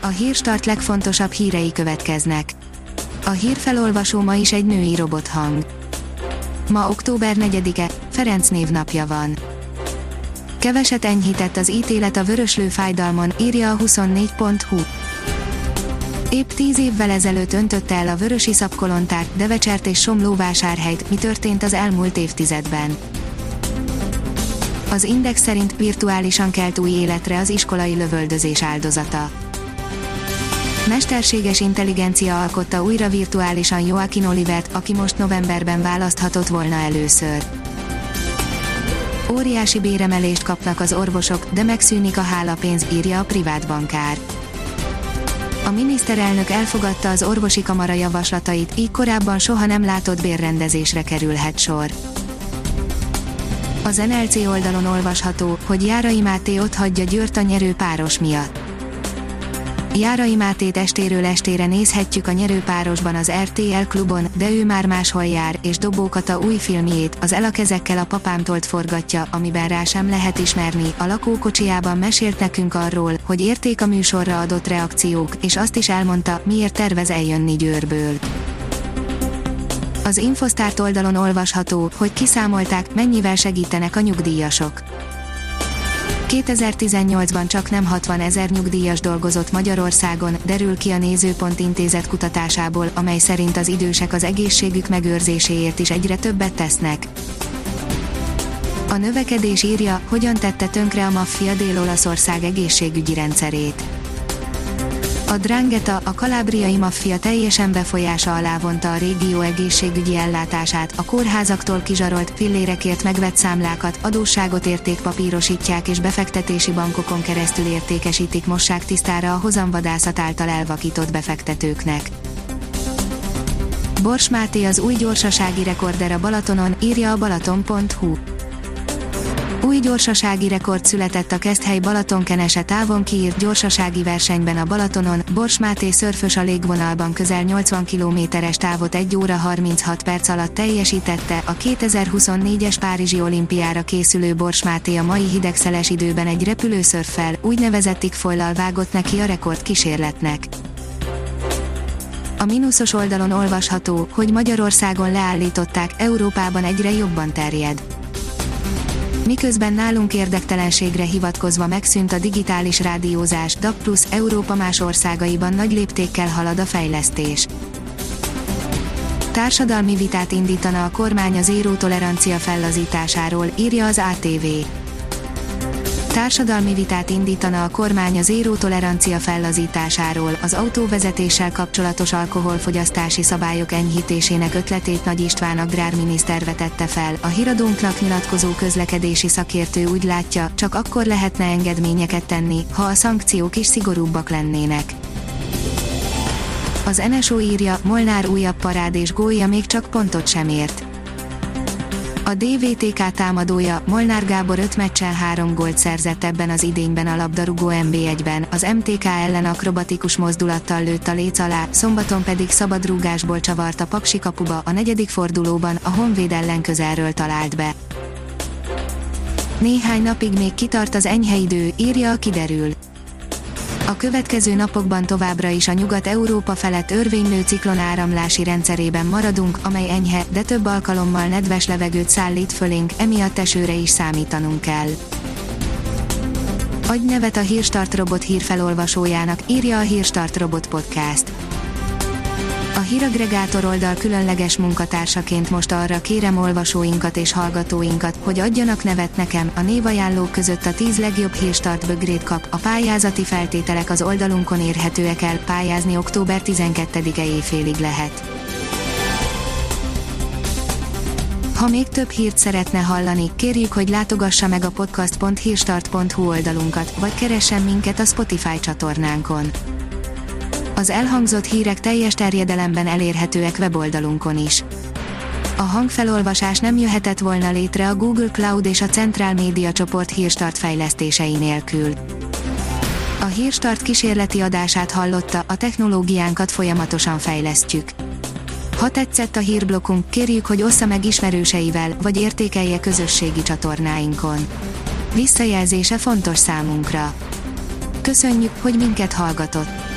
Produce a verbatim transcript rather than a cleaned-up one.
A Hírstart legfontosabb hírei következnek. A hírfelolvasó ma is egy női robothang. Ma október negyedike, Ferenc névnapja van. Keveset enyhített az ítélet a vöröslő fájdalmon, írja a huszonnégy pont hu. Épp tíz évvel ezelőtt öntötte el a vörösiszap Kolontárt, Devecsert és Somlóvásárhelyt, mi történt az elmúlt évtizedben. Az Index szerint virtuálisan kelt új életre az iskolai lövöldözés áldozata. Mesterséges intelligencia alkotta újra virtuálisan Joaquin Olivert, aki most novemberben választhatott volna először. Óriási béremelést kapnak az orvosok, de megszűnik a hálapénz, írja a privát bankár. A miniszterelnök elfogadta az orvosi kamara javaslatait, így korábban soha nem látott bérrendezésre kerülhet sor. Az en el cé oldalon olvasható, hogy Járai Máté otthagyja Győrt a nyerő páros miatt. Járai Mátét estéről estére nézhetjük a nyerő párosban az er té el klubon, de ő már máshol jár, és Dobó Kata új filmjét, az El a kezekkel a papámtolt forgatja, amiben rá sem lehet ismerni. A lakókocsijában mesélt nekünk arról, hogy érték a műsorra adott reakciók, és azt is elmondta, miért tervez eljönni Győrből. Az Infosztárt oldalon olvasható, hogy kiszámolták, mennyivel segítenek a nyugdíjasok. kétezer-tizennyolcban csak nem hatvanezer nyugdíjas dolgozott Magyarországon, derül ki a Nézőpont Intézet kutatásából, amely szerint az idősek az egészségük megőrzéséért is egyre többet tesznek. A növekedés írja, hogyan tette tönkre a maffia Dél-Olaszország egészségügyi rendszerét. A 'Ndrangheta, a kalábriai maffia teljesen befolyása alá vonta a régió egészségügyi ellátását, a kórházaktól kizsarolt, fillérekért megvett számlákat, adósságot értékpapírosítják és befektetési bankokon keresztül értékesítik, mossák tisztára a hozamvadászat által elvakított befektetőknek. Bors Máté az új gyorsasági rekorder a Balatonon, írja a balaton pont hu. Új gyorsasági rekord született a Keszthely Balatonkenese távon kiírt gyorsasági versenyben a Balatonon. Bors Máté szörfös a légvonalban közel nyolcvan kilométeres távot egy óra harminchat perc alatt teljesítette. A kétezer-huszonnégyes Párizsi olimpiára készülő Bors Máté a mai hidegszeles időben egy repülőszörffel, úgynevezett tickfoil-lal vágott neki a rekord kísérletnek. A mínuszos oldalon olvasható, hogy Magyarországon leállították, Európában egyre jobban terjed. Miközben nálunk érdektelenségre hivatkozva megszűnt a digitális rádiózás, dé á bé plusz, Európa más országaiban nagy léptékkel halad a fejlesztés. Társadalmi vitát indítana a kormány a zéró tolerancia fellazításáról, írja az á té vé. Társadalmi vitát indítana a kormány a zéró tolerancia fellazításáról, az autóvezetéssel kapcsolatos alkoholfogyasztási szabályok enyhítésének ötletét Nagy István agrárminiszter vetette fel. A Híradónknak nyilatkozó közlekedési szakértő úgy látja, csak akkor lehetne engedményeket tenni, ha a szankciók is szigorúbbak lennének. Az en es o írja, Molnár újabb parád és gólja még csak pontot sem ért. A dé vé té ká támadója, Molnár Gábor öt meccsen három gólt szerzett ebben az idényben a labdarúgó en bé egyben, az em té ká ellen akrobatikus mozdulattal lőtt a léc alá, szombaton pedig szabadrúgásból csavart a Paksi kapuba, a negyedik fordulóban a Honvéd ellen közelről talált be. Néhány napig még kitart az enyhe idő, írja a Kiderül. A következő napokban továbbra is a Nyugat-Európa felett örvénylő ciklon áramlási rendszerében maradunk, amely enyhe, de több alkalommal nedves levegőt szállít fölénk, emiatt esőre is számítanunk kell. Adj nevet a Hírstart robot hírfelolvasójának, írja a Hírstart Robot Podcast. A híraggregátor oldal különleges munkatársaként most arra kérem olvasóinkat és hallgatóinkat, hogy adjanak nevet nekem. A névajánlók között a tíz legjobb Hírstart bögrét kap. A pályázati feltételek az oldalunkon érhetőek el, pályázni október tizenkettedike éjfélig lehet. Ha még több hírt szeretne hallani, kérjük, hogy látogassa meg a podcast pont hírstart pont hu oldalunkat, vagy keressen minket a Spotify csatornánkon. Az elhangzott hírek teljes terjedelemben elérhetőek weboldalunkon is. A hangfelolvasás nem jöhetett volna létre a Google Cloud és a Central Media csoport Hírstart fejlesztései nélkül. A Hírstart kísérleti adását hallotta, a technológiánkat folyamatosan fejlesztjük. Ha tetszett a hírblokkunk, kérjük, hogy ossza meg ismerőseivel, vagy értékelje közösségi csatornáinkon. Visszajelzése fontos számunkra. Köszönjük, hogy minket hallgatott!